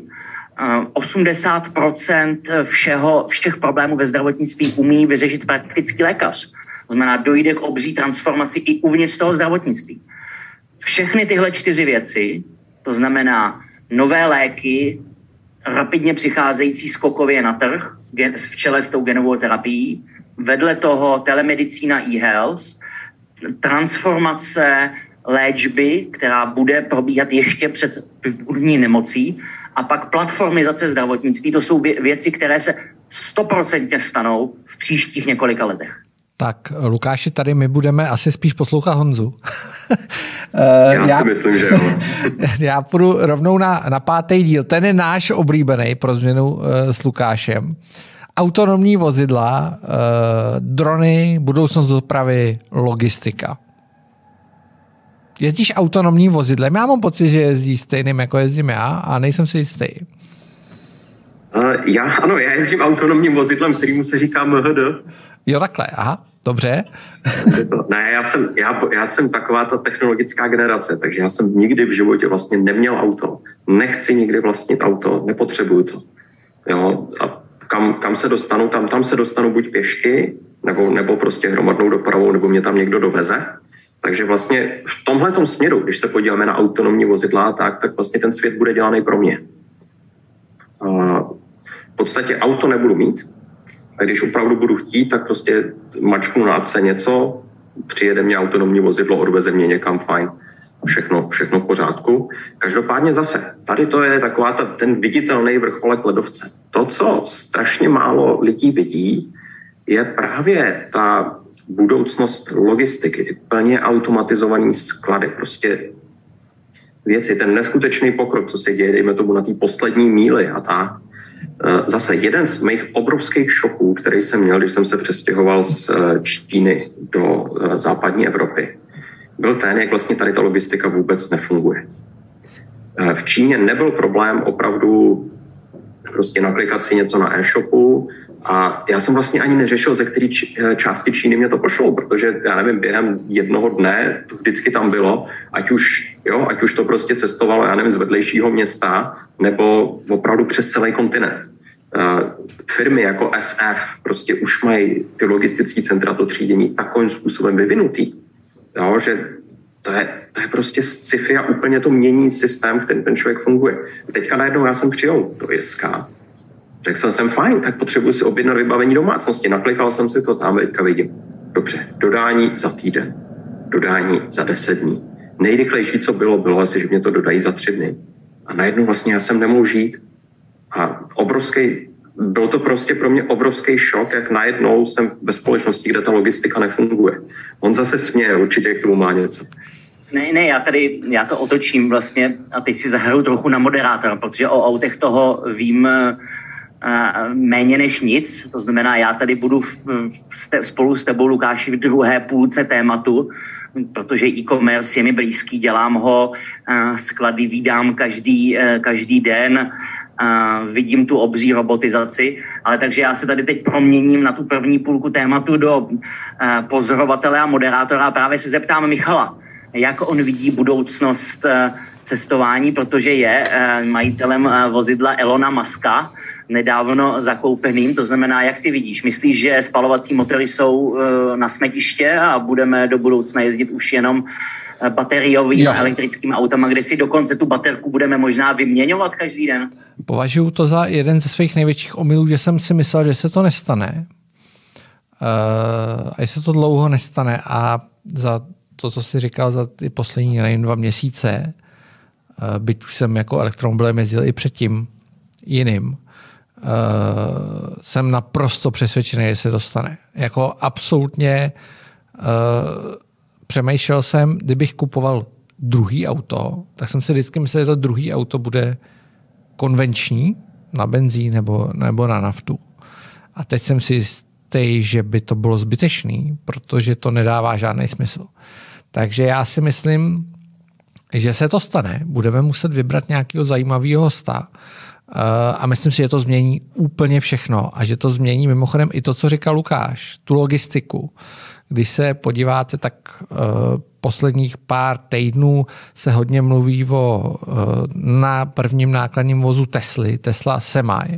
80% všech problémů ve zdravotnictví umí vyřešit praktický lékař. To znamená, dojde k obří transformaci i uvnitř toho zdravotnictví. Všechny tyhle 4 věci, to znamená nové léky, rapidně přicházející skokově na trh, v čele s tou genovou terapií, vedle toho telemedicína e-health, transformace léčby, která bude probíhat ještě před vypuknutím nemocí, a pak platformizace zdravotnictví, to jsou věci, které se 100% stanou v příštích několika letech. Tak, Lukáši, tady my budeme asi spíš poslouchat Honzu. Já si myslím, že jo. Já půjdu rovnou na 5. díl. Ten je náš oblíbený pro změnu s Lukášem. Autonomní vozidla, drony, budoucnost dopravy, logistika. Jezdíš autonomním vozidlem? Já mám pocit, že jezdíš stejným, jako jezdím já, a nejsem si jistý. Já jezdím autonomním vozidlem, kterýmu se říká MHD. Jo, takhle, aha, dobře. Ne, já jsem taková ta technologická generace, takže já jsem nikdy v životě vlastně neměl auto. Nechci nikdy vlastnit auto, nepotřebuju to. Jo, a kam se dostanu, tam se dostanu buď pěšky, nebo prostě hromadnou dopravou, nebo mě tam někdo doveze. Takže vlastně v tomhletom směru, když se podíváme na autonomní vozidla, tak vlastně ten svět bude dělaný pro mě. V podstatě auto nebudu mít, a když opravdu budu chtít, tak prostě mačknu na apce něco, přijede mě autonomní vozidlo, odveze mě někam, fajn, všechno v pořádku. Každopádně zase, tady to je taková ten viditelný vrcholek ledovce. To, co strašně málo lidí vidí, je právě ta budoucnost logistiky, ty plně automatizované sklady, prostě věci, ten neskutečný pokrok, co se děje, dejme tomu na té poslední míli a tak. Zase jeden z mých obrovských šoků, který jsem měl, když jsem se přestěhoval z Číny do západní Evropy, byl ten, jak vlastně tady ta logistika vůbec nefunguje. V Číně nebyl problém opravdu prostě naklikat si něco na e-shopu, a já jsem vlastně ani neřešil, ze které části Číny mě to pošlo, protože já nevím, během jednoho dne to vždycky tam bylo, ať už to prostě cestovalo, já nevím, z vedlejšího města, nebo opravdu přes celý kontinent. Firmy jako SF prostě už mají ty logistické centra, to třídění takovým způsobem vyvinutý, jo, že to je prostě sci-fi a úplně to mění systém, který ten člověk funguje. Teďka najednou já jsem přijel do Irska, řekl jsem fajn, tak potřebuji si objednat vybavení domácnosti. Naklikal jsem si to tam, teďka vidím. Dobře, dodání za týden, dodání za 10 dní. Nejrychlejší, co bylo asi, že mě to dodají za 3 dny. A najednou vlastně já jsem nemohl žít. A byl to prostě pro mě obrovský šok, jak najednou jsem ve společnosti, kde ta logistika nefunguje. On zase směje, určitě k tomu má něco. Ne, já to otočím vlastně a teď si zahraju trochu na moderátora, protože o autech toho vím méně než nic. To znamená, já tady budu spolu s tebou, Lukáši, v druhé půlce tématu, protože e-commerce je mi blízký, dělám ho, sklady vídám každý den, vidím tu obří robotizaci, ale takže já se tady teď proměním na tu první půlku tématu do pozorovatele a moderátora a právě se zeptám Michala, jak on vidí budoucnost cestování, protože je majitelem vozidla Elona Muska, nedávno zakoupeným, to znamená, jak ty vidíš? Myslíš, že spalovací motory jsou na smetiště a budeme do budoucna jezdit už jenom bateriovými elektrickými autama, kde si dokonce tu baterku budeme možná vyměňovat každý den? Považuji to za jeden ze svých největších omylů, že jsem si myslel, že se to nestane. A se to dlouho nestane a za to, co jsi říkal za ty poslední, nevím, 2 měsíce, byť už jsem jako elektromobilem jezdil i předtím jiným, jsem naprosto přesvědčený, že se to stane. Jako absolutně přemýšlel jsem, kdybych kupoval druhý auto, tak jsem si vždycky myslel, že to druhý auto bude konvenční na benzín nebo na naftu. A teď jsem si jistý, že by to bylo zbytečný, protože to nedává žádný smysl. Takže já si myslím, že se to stane. Budeme muset vybrat nějakého zajímavého hosta a myslím si, že to změní úplně všechno a že to změní mimochodem i to, co říkal Lukáš, tu logistiku. Když se podíváte, tak posledních pár týdnů se hodně mluví na prvním nákladním vozu Tesla Semi,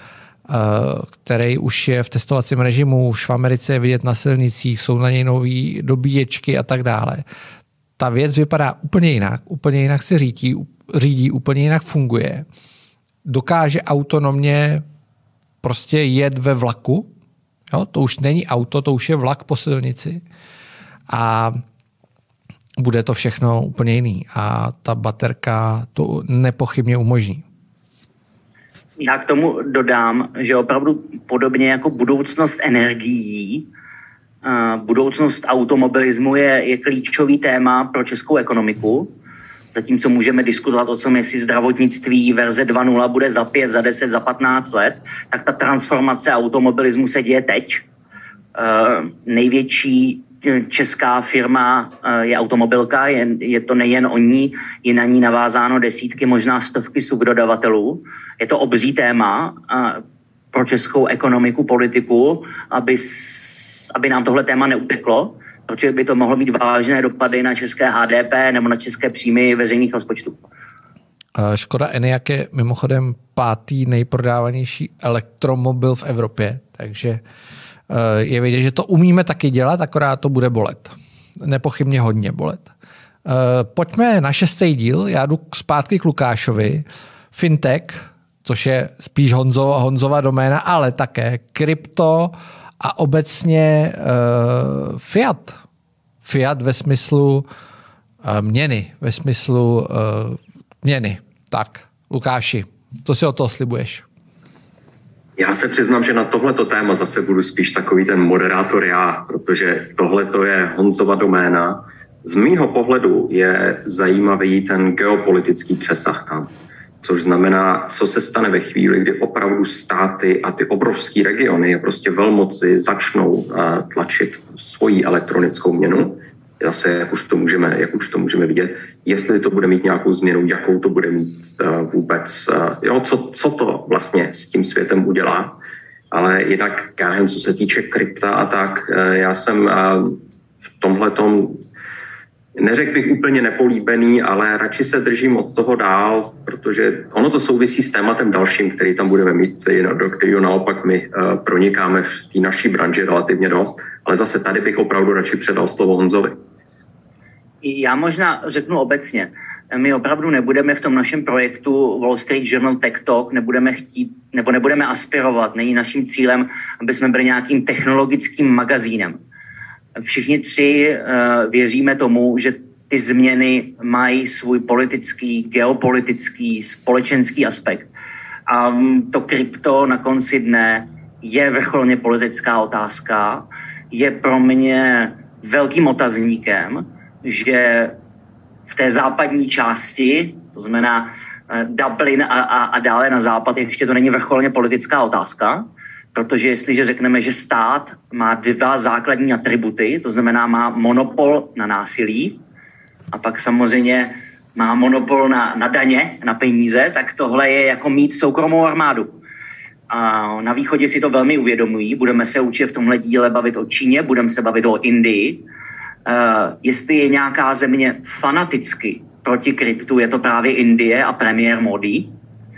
který už je v testovacím režimu, už v Americe je vidět na silnicích, jsou na něj nový dobíječky a tak dále. Ta věc vypadá úplně jinak se řídí, úplně jinak funguje. Dokáže autonomně prostě jet ve vlaku. Jo? To už není auto, to už je vlak po silnici. A bude to všechno úplně jiný. A ta baterka to nepochybně umožní. Já k tomu dodám, že opravdu podobně jako budoucnost energií, budoucnost automobilismu je klíčový téma pro českou ekonomiku. Zatímco můžeme diskutovat o tom, jestli zdravotnictví verze 2.0 bude za 5, za 10, za 15 let, tak ta transformace automobilismu se děje teď. Největší česká firma je automobilka, je to nejen o ní, je na ní navázáno desítky, možná stovky subdodavatelů. Je to obří téma pro českou ekonomiku, politiku, aby nám tohle téma neuteklo, protože by to mohlo mít vážné dopady na české HDP nebo na české příjmy veřejných rozpočtů. Škoda Enyaq je mimochodem 5. nejprodávanější elektromobil v Evropě, takže je vidět, že to umíme taky dělat, akorát to bude bolet. Nepochybně hodně bolet. Pojďme na 6. díl, já jdu zpátky k Lukášovi. Fintech, což je spíš Honzova doména, ale také krypto a obecně fiat. Fiat ve smyslu měny, ve smyslu měny. Tak, Lukáši, co si o toho slibuješ? Já se přiznám, že na tohleto téma zase budu spíš takový ten moderátor já, protože tohleto je Honzova doména. Z mýho pohledu je zajímavý ten geopolitický přesah tam. Což znamená, co se stane ve chvíli, kdy opravdu státy a ty obrovské regiony, prostě velmoci, začnou tlačit svoji elektronickou měnu. Zase, jak už to můžeme vidět, jestli to bude mít nějakou změnu, jakou to bude mít vůbec, co to vlastně s tím světem udělá. Ale jinak, co se týče krypta a tak, já jsem v tomhletom, neřekl bych úplně nepolíbený, ale radši se držím od toho dál, protože ono to souvisí s tématem dalším, který tam budeme mít, do kterého naopak my pronikáme v té naší branži relativně dost, ale zase tady bych opravdu radši předal slovo Honzovi. Já možná řeknu obecně. My opravdu nebudeme v tom našem projektu Wall Street Journal Tech Talk, nebudeme chtít, nebo nebudeme aspirovat. Není naším cílem, aby jsme byli nějakým technologickým magazínem. Všichni 3 věříme tomu, že ty změny mají svůj politický, geopolitický, společenský aspekt. A to krypto na konci dne je vrcholně politická otázka. Je pro mě velkým otazníkem, že v té západní části, to znamená Dublin a dále na západ, ještě to není vrcholně politická otázka, protože jestliže řekneme, že stát má 2 základní atributy, to znamená má monopol na násilí a pak samozřejmě má monopol na daně, na peníze, tak tohle je jako mít soukromou armádu. A na východě si to velmi uvědomují, budeme se určitě v tomhle díle bavit o Číně, budeme se bavit o Indii. Jestli je nějaká země fanaticky proti kryptu, je to právě Indie a premiér Modi.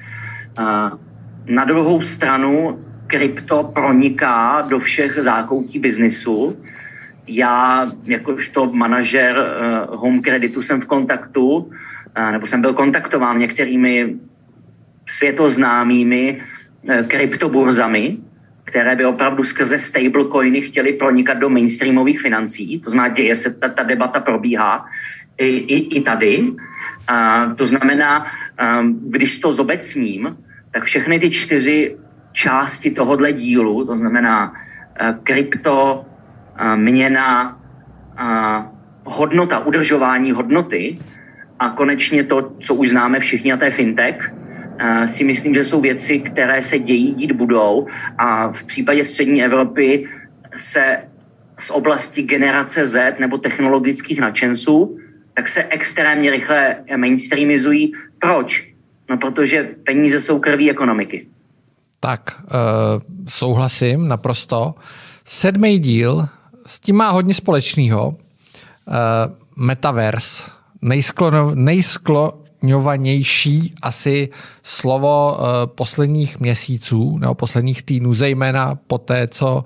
Na druhou stranu krypto proniká do všech zákoutí biznisu. Já jakožto manažer Home Creditu jsem v kontaktu, nebo jsem byl kontaktován některými světoznámými kryptoburzami, které by opravdu skrze stablecoiny chtěly pronikat do mainstreamových financí. To znamená, děje se, ta debata probíhá i tady. To znamená, když to zobecním, tak všechny ty 4 části tohodle dílu, to znamená krypto, měna, hodnota, udržování hodnoty a konečně to, co už známe všichni, a to je fintech, si myslím, že jsou věci, které se dějí, dít budou a v případě střední Evropy se z oblasti generace Z nebo technologických nadšenců, tak se extrémně rychle mainstreamizují. Proč? No, protože peníze jsou krví ekonomiky. Tak, souhlasím naprosto. 7. díl, s tím má hodně společného. Metaverse, nejskloňovanější asi slovo posledních měsíců nebo posledních týdnů, zejména po té, co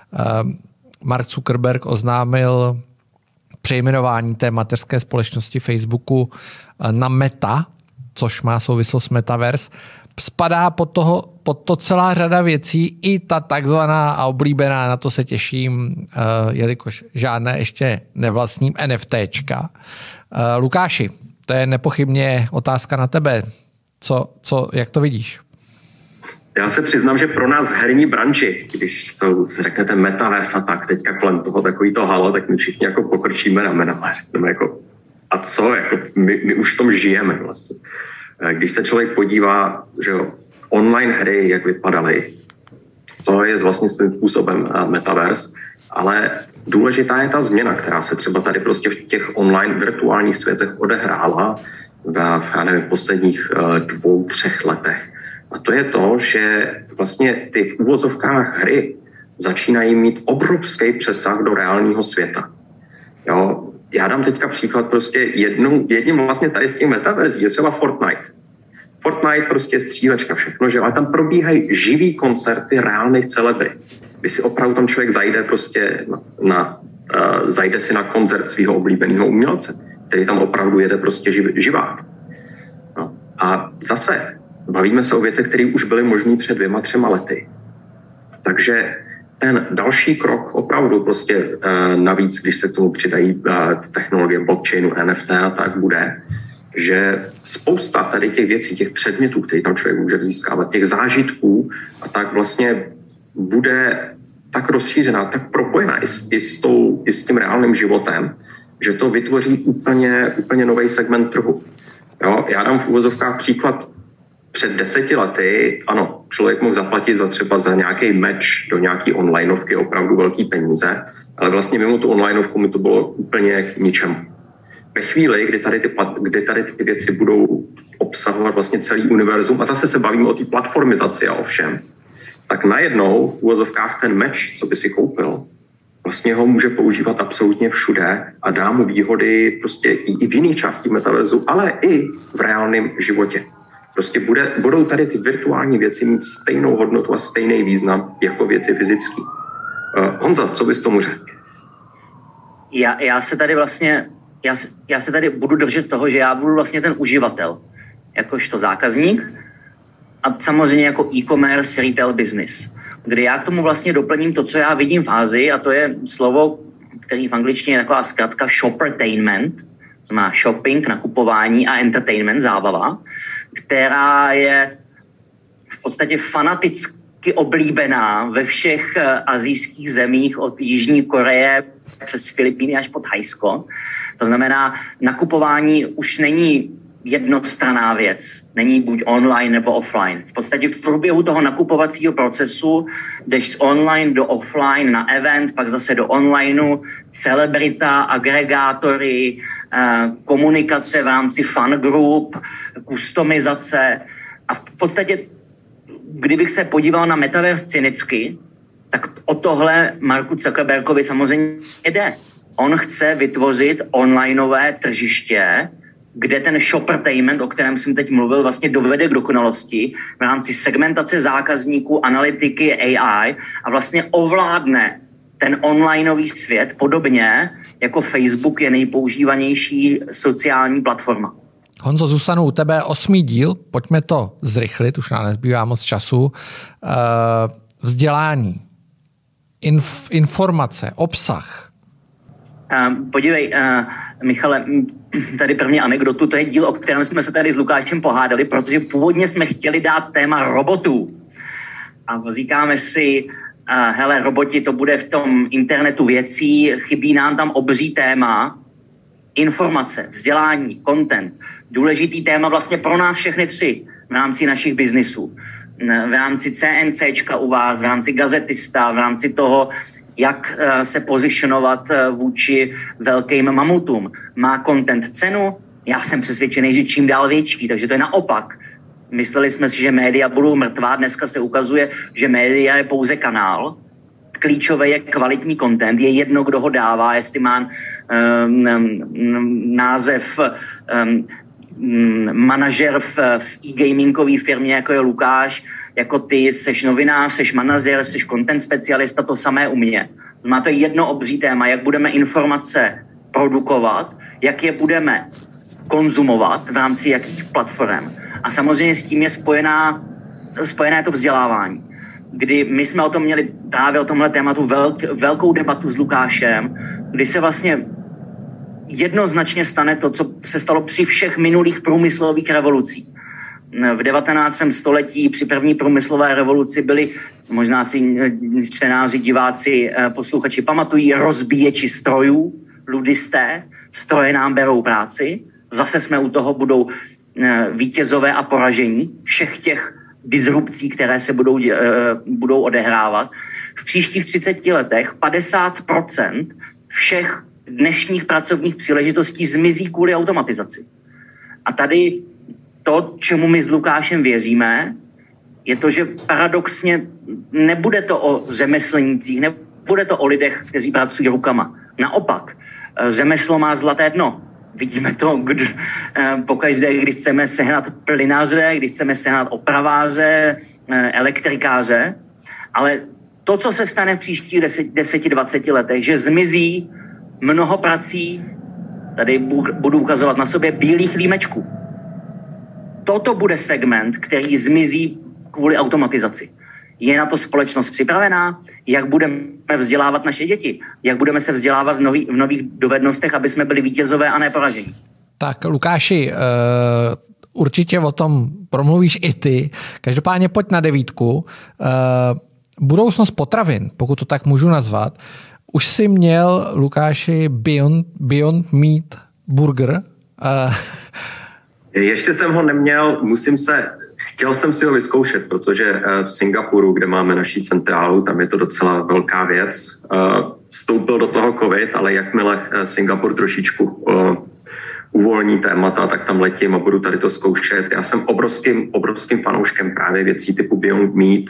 Mark Zuckerberg oznámil přejmenování té mateřské společnosti Facebooku na Meta, což má souvislost s Metaverse. Spadá pod to celá řada věcí, i ta takzvaná a oblíbená, na to se těším, jelikož žádné ještě nevlastním NFTčka. Lukáši, to je nepochybně otázka na tebe. Jak to vidíš? Já se přiznám, že pro nás v herní branži, když řeknete Metaverse a tak, teďka kolem toho takový to halo, tak my všichni jako pokrčíme ramena a řekneme jako, a co, jako my už v tom žijeme vlastně. Když se člověk podívá, že jo, online hry, jak vypadaly, to je vlastně svým způsobem Metaverse, ale důležitá je ta změna, která se třeba tady prostě v těch online virtuálních světech odehrála v posledních 2-3 letech. A to je to, že vlastně ty v uvozovkách hry začínají mít obrovský přesah do reálního světa. Jo? Já dám teďka příklad prostě jedním vlastně tady z těch metaverzí je třeba Fortnite. Fortnite prostě střílečka, všechno, že ale tam probíhají živý koncerty reálných celebrit. Kdy si opravdu tam člověk zajde prostě zajde si na koncert svého oblíbeného umělce, který tam opravdu jede prostě živák. No. A zase bavíme se o věcech, které už byly možné před 2-3 lety. Takže ten další krok opravdu prostě navíc, když se k tomu přidají technologie blockchainu, NFT a tak bude, že spousta tady těch věcí, těch předmětů, které tam člověk může získávat, těch zážitků a tak vlastně bude tak rozšířená, tak propojená i s tím reálným životem, že to vytvoří úplně nový segment trhu. Jo, já dám v uvozovkách příklad. Před 10 lety, ano, člověk mohl zaplatit třeba za nějaký match do nějaký onlineovky opravdu velký peníze, ale vlastně mimo tu onlineovku mi to bylo úplně k ničemu. Ve chvíli, kdy tady ty věci budou obsahovat vlastně celý univerzum a zase se bavíme o té platformizaci a o všem, tak najednou v uvozovkách ten match, co by si koupil, vlastně ho může používat absolutně všude a dá mu výhody prostě i v jiných částích metaverzu, ale i v reálném životě. Prostě budou tady ty virtuální věci mít stejnou hodnotu a stejný význam jako věci fyzické. Honza, co bys tomu řekl? Já se tady budu držet toho, že já budu vlastně ten uživatel, jakožto zákazník a samozřejmě jako e-commerce, retail business, kdy já k tomu vlastně doplním to, co já vidím v Asii, a to je slovo, který v angličtině je taková zkratka shoppertainment, to znamená shopping, nakupování a entertainment, zábava, která je v podstatě oblíbená ve všech asijských zemích od Jižní Koreje přes Filipíny až po Thajsko. To znamená, nakupování už není jednostranná věc. Není buď online nebo offline. V podstatě v průběhu toho nakupovacího procesu jdeš z online do offline na event, pak zase do onlineu, celebrita, agregátory, komunikace v rámci fan group, kustomizace. A v podstatě, kdybych se podíval na metaverse cynicky, tak o tohle Marku Zuckerbergovi samozřejmě jde. On chce vytvořit onlineové tržiště, kde ten shoppertainment, o kterém jsem teď mluvil, vlastně dovede k dokonalosti v rámci segmentace zákazníků, analytiky, AI a vlastně ovládne ten onlineový svět podobně, jako Facebook je nejpoužívanější sociální platforma. Honzo, zůstanu u tebe 8. díl, pojďme to zrychlit, už nám nezbývá moc času. Vzdělání, informace, obsah. Podívej, Michale, tady první anekdotu, to je díl, o kterém jsme se tady s Lukášem pohádali, protože původně jsme chtěli dát téma robotů. A říkáme si, hele, roboti, to bude v tom internetu věcí, chybí nám tam obří téma, informace, vzdělání, content, důležitý téma vlastně pro nás všechny tři v rámci našich biznisů. V rámci CNCčka u vás, v rámci Gazetista, v rámci toho, jak se pozicionovat vůči velkým mamutům. Má content cenu? Já jsem přesvědčený, že čím dál větší, takže to je naopak. Mysleli jsme si, že média budou mrtvá, dneska se ukazuje, že média je pouze kanál. Klíčové je kvalitní content, je jedno, kdo ho dává, jestli má název manažer v e-gamingové firmě, jako je Lukáš, jako ty, seš novinář, seš manažer, seš content specialista, to samé u mě. Má to jedno obří téma, jak budeme informace produkovat, jak je budeme konzumovat v rámci jakých platform. A samozřejmě s tím je spojené to vzdělávání. Kdy my jsme o tom měli právě o tomhle tématu velkou debatu s Lukášem, kdy se vlastně jednoznačně stane to, co se stalo při všech minulých průmyslových revolucích. V 19. století při první průmyslové revoluci byli, možná si čtenáři, diváci, posluchači pamatují, rozbíječi strojů, ludisté, stroje nám berou práci, zase jsme u toho, budou vítězové a poražení všech těch disrupcí, které se budou odehrávat. V příštích 30 letech 50% všech dnešních pracovních příležitostí zmizí kvůli automatizaci. A tady to, čemu my s Lukášem věříme, je to, že paradoxně nebude to o řemeslnících, nebude to o lidech, kteří pracují rukama. Naopak, řemeslo má zlaté dno. Vidíme to pokaždé, když chceme sehnat plynaře, když chceme sehnat opraváře, elektrikáře, ale to, co se stane v příštích 10-20 letech, že zmizí mnoho prací, tady budu ukazovat na sobě, bílých límečků. Toto bude segment, který zmizí kvůli automatizaci. Je na to společnost připravená? Jak budeme vzdělávat naše děti? Jak budeme se vzdělávat v nových dovednostech, aby jsme byli vítězové a ne poražení? Tak Lukáši, určitě o tom promluvíš i ty. Každopádně pojď na 9. Budoucnost potravin, pokud to tak můžu nazvat. Už jsi měl, Lukáši, Beyond Meat burger? Ještě jsem ho neměl, chtěl jsem si ho vyzkoušet, protože v Singapuru, kde máme naší centrálu, tam je to docela velká věc. Vstoupil do toho covid, ale jakmile Singapur trošičku uvolní témata, tak tam letím a budu tady to zkoušet. Já jsem obrovským fanouškem právě věcí typu Beyond Meat,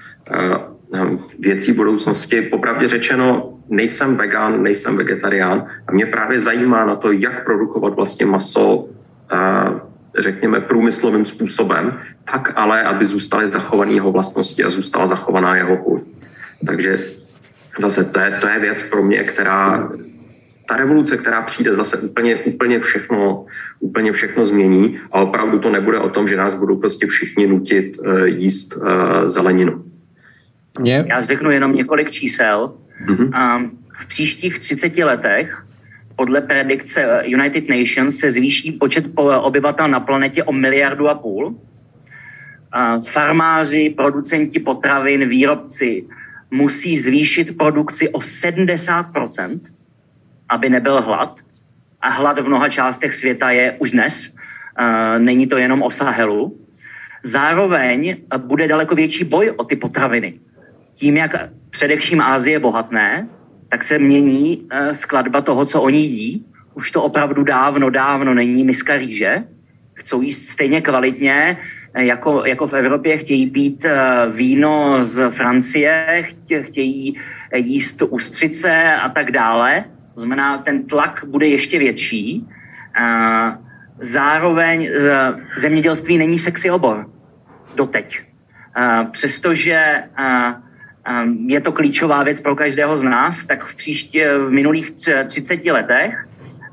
věcí budoucnosti. Popravdě řečeno, nejsem vegan, nejsem vegetarián a mě právě zajímá na to, jak produkovat vlastně maso, řekněme, průmyslovým způsobem, tak ale, aby zůstaly zachované jeho vlastnosti a zůstala zachovaná jeho chuť. Takže zase to je věc pro mě, ta revoluce, která přijde, zase úplně všechno změní a opravdu to nebude o tom, že nás budou prostě všichni nutit jíst zeleninu. Já řeknu jenom několik čísel. V příštích 30 letech podle predikce United Nations se zvýší počet obyvatel na planetě o 1,5 miliardy. farmáři, producenti potravin, výrobci musí zvýšit produkci o 70%, aby nebyl hlad. A hlad v mnoha částech světa je už dnes. Není to jenom o Sahelu. Zároveň bude daleko větší boj o ty potraviny. Tím, jak především Asie bohatné, tak se mění skladba toho, co oni jí. Už to opravdu dávno není miska rýže. Chcou jíst stejně kvalitně, jako v Evropě. Chtějí pít víno z Francie, chtějí jíst ustřice a tak dále. To znamená, ten tlak bude ještě větší. Zároveň zemědělství není sexy obor. Doteď. Přestože je to klíčová věc pro každého z nás, tak v minulých 30 letech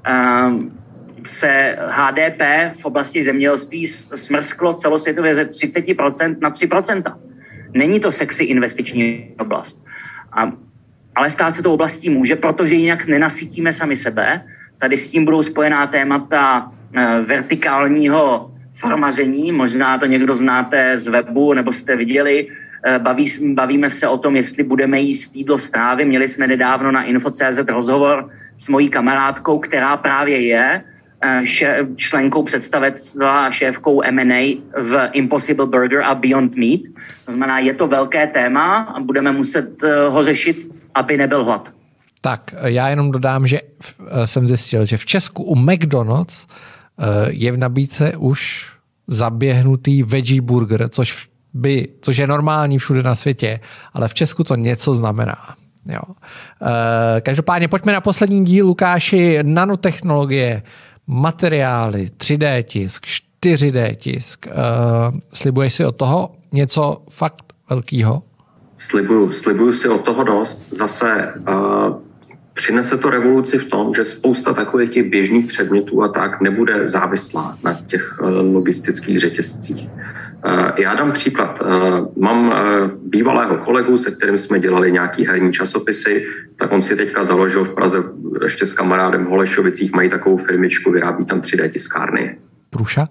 se HDP v oblasti zemědělství smrsklo celosvětově ze 30% na 3%. Není to sexy investiční oblast. Ale stát se tou oblastí může, protože jinak nenasytíme sami sebe. Tady s tím budou spojená témata vertikálního farmaření. Možná to někdo znáte z webu, nebo jste viděli. Bavíme se o tom, jestli budeme jíst jídlo z trávy. Měli jsme nedávno na Info.cz rozhovor s mojí kamarádkou, která právě je členkou představenstva a šéfkou M&A v Impossible Burger a Beyond Meat. To znamená, je to velké téma a budeme muset ho řešit, aby nebyl hlad. Tak, já jenom dodám, že jsem zjistil, že v Česku u McDonald's je v nabídce už zaběhnutý veggie burger, což je normální všude na světě, ale v Česku to něco znamená. Jo. Každopádně pojďme na poslední díl, Lukáši. Nanotechnologie, materiály, 3D tisk, 4D tisk. Slibuješ si od toho něco fakt velkýho? Slibuju si od toho dost. Zase přinese to revoluci v tom, že spousta takových těch běžných předmětů a tak nebude závislá na těch logistických řetězcích. Já dám příklad. Mám bývalého kolegu, se kterým jsme dělali nějaký herní časopisy, tak on si teďka založil v Praze ještě s kamarádem v Holešovicích, mají takovou firmičku, vyrábí tam 3D tiskárny. Průša?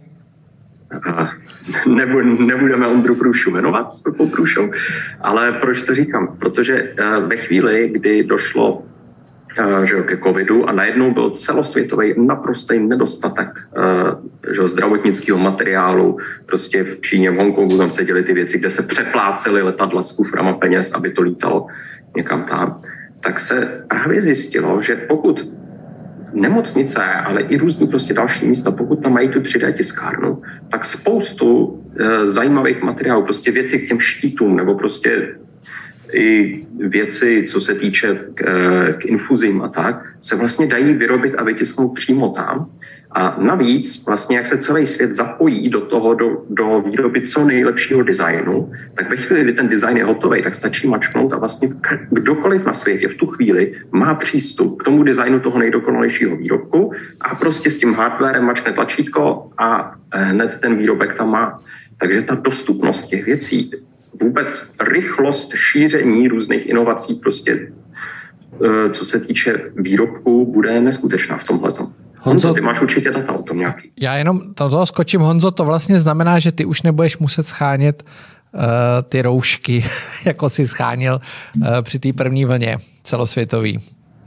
Nebudeme Ondru Průšu jmenovat s Pepou Průšou, ale proč to říkám? Protože ve chvíli, kdy došlo ke covidu a najednou byl celosvětový naprostý nedostatek zdravotnického materiálu. Prostě v Číně, v Hongkongu tam se děly ty věci, kde se přeplácely letadla s kuframa peněz, aby to lítalo někam tam. Tak se právě zjistilo, že pokud nemocnice, ale i různý prostě další místa, pokud tam mají tu 3D tiskárnu, tak spoustu zajímavých materiálů, prostě věci k těm štítům nebo prostě i věci, co se týče k infuzím a tak, se vlastně dají vyrobit a vytisknout přímo tam. A navíc, vlastně jak se celý svět zapojí do toho, do výroby co nejlepšího designu, tak ve chvíli, kdy ten design je hotový, tak stačí mačknout a vlastně kdokoliv na světě v tu chvíli má přístup k tomu designu toho nejdokonalejšího výrobku a prostě s tím hardwarem mačkne tlačítko a hned ten výrobek tam má. Takže ta dostupnost těch věcí, vůbec rychlost šíření různých inovací, prostě co se týče výrobků, bude neskutečná v tomhletom. Honzo, ty máš určitě data o tom nějaký. Já jenom toho skočím, Honzo, to vlastně znamená, že ty už nebudeš muset schánět ty roušky, jako si scháněl při té první vlně celosvětový.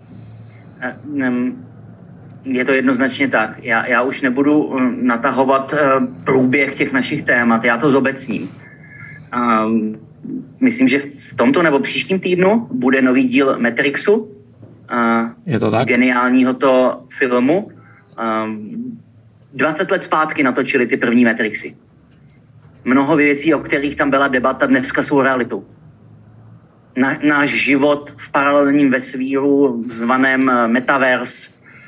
Je to jednoznačně tak. Já už nebudu natahovat průběh těch našich témat, já to zobecním. Myslím, že v tomto nebo příštím týdnu bude nový díl Matrixu. Je to tak? Geniálního to filmu. 20 let zpátky natočili ty první Matrixy. Mnoho věcí, o kterých tam byla debata, dneska jsou realitou. Náš život v paralelním vesmíru zvaném Metaverse,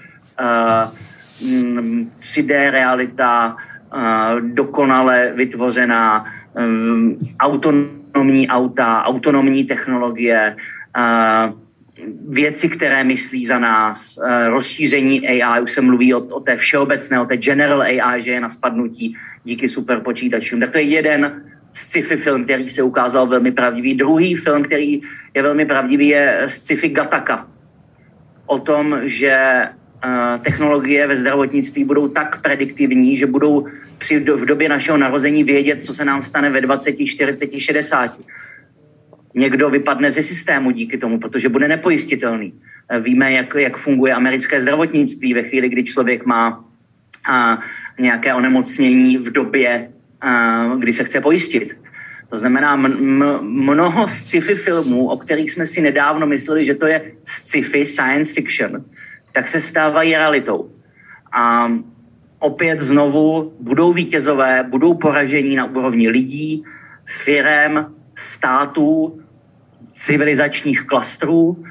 3D realita, dokonale vytvořená, autonomní auta, autonomní technologie, věci, které myslí za nás, rozšíření AI, už se mluví o té všeobecné, o té general AI, že je na spadnutí díky superpočítačům. Tak to je jeden sci-fi film, který se ukázal velmi pravdivý. Druhý film, který je velmi pravdivý, je sci-fi Gattaca. O tom, že technologie ve zdravotnictví budou tak prediktivní, že budou v době našeho narození vědět, co se nám stane ve 20, 40, 60. Někdo vypadne ze systému díky tomu, protože bude nepojistitelný. Víme, jak funguje americké zdravotnictví ve chvíli, kdy člověk má nějaké onemocnění v době, kdy se chce pojistit. To znamená, mnoho sci-fi filmů, o kterých jsme si nedávno mysleli, že to je sci-fi, science fiction, tak se stávají realitou. A opět znovu budou vítězové, budou poražení na úrovni lidí, firem, států, civilizačních klastrů.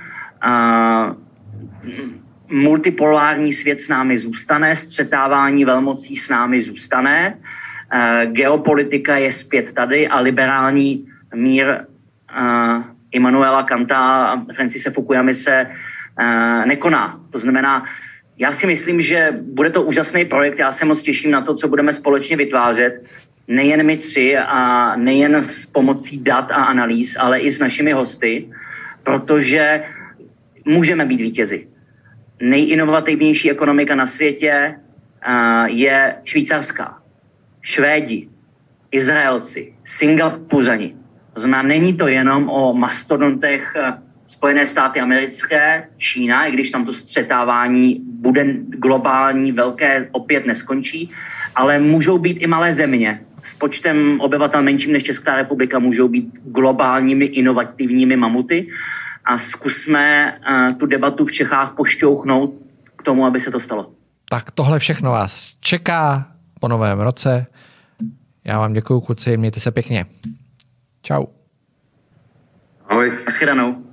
Multipolární svět s námi zůstane, střetávání velmocí s námi zůstane, geopolitika je zpět tady a liberální mír Immanuela Kanta a Francise Fukuyamy se nekoná. To znamená, já si myslím, že bude to úžasný projekt, já se moc těším na to, co budeme společně vytvářet, nejen my tři a nejen s pomocí dat a analýz, ale i s našimi hosty, protože můžeme být vítězi. Nejinovativnější ekonomika na světě je švýcarská. Švédi, Izraelci, Singapurani. To znamená, není to jenom o mastodontech Spojené státy americké, Čína, i když tam to střetávání bude globální, velké, opět neskončí, ale můžou být i malé země. S počtem obyvatel menším než Česká republika můžou být globálními inovativními mamuty a zkusme tu debatu v Čechách pošťouchnout k tomu, aby se to stalo. Tak tohle všechno vás čeká po novém roce. Já vám děkuju, kluci, mějte se pěkně. Čau. Ahoj. Naschledanou.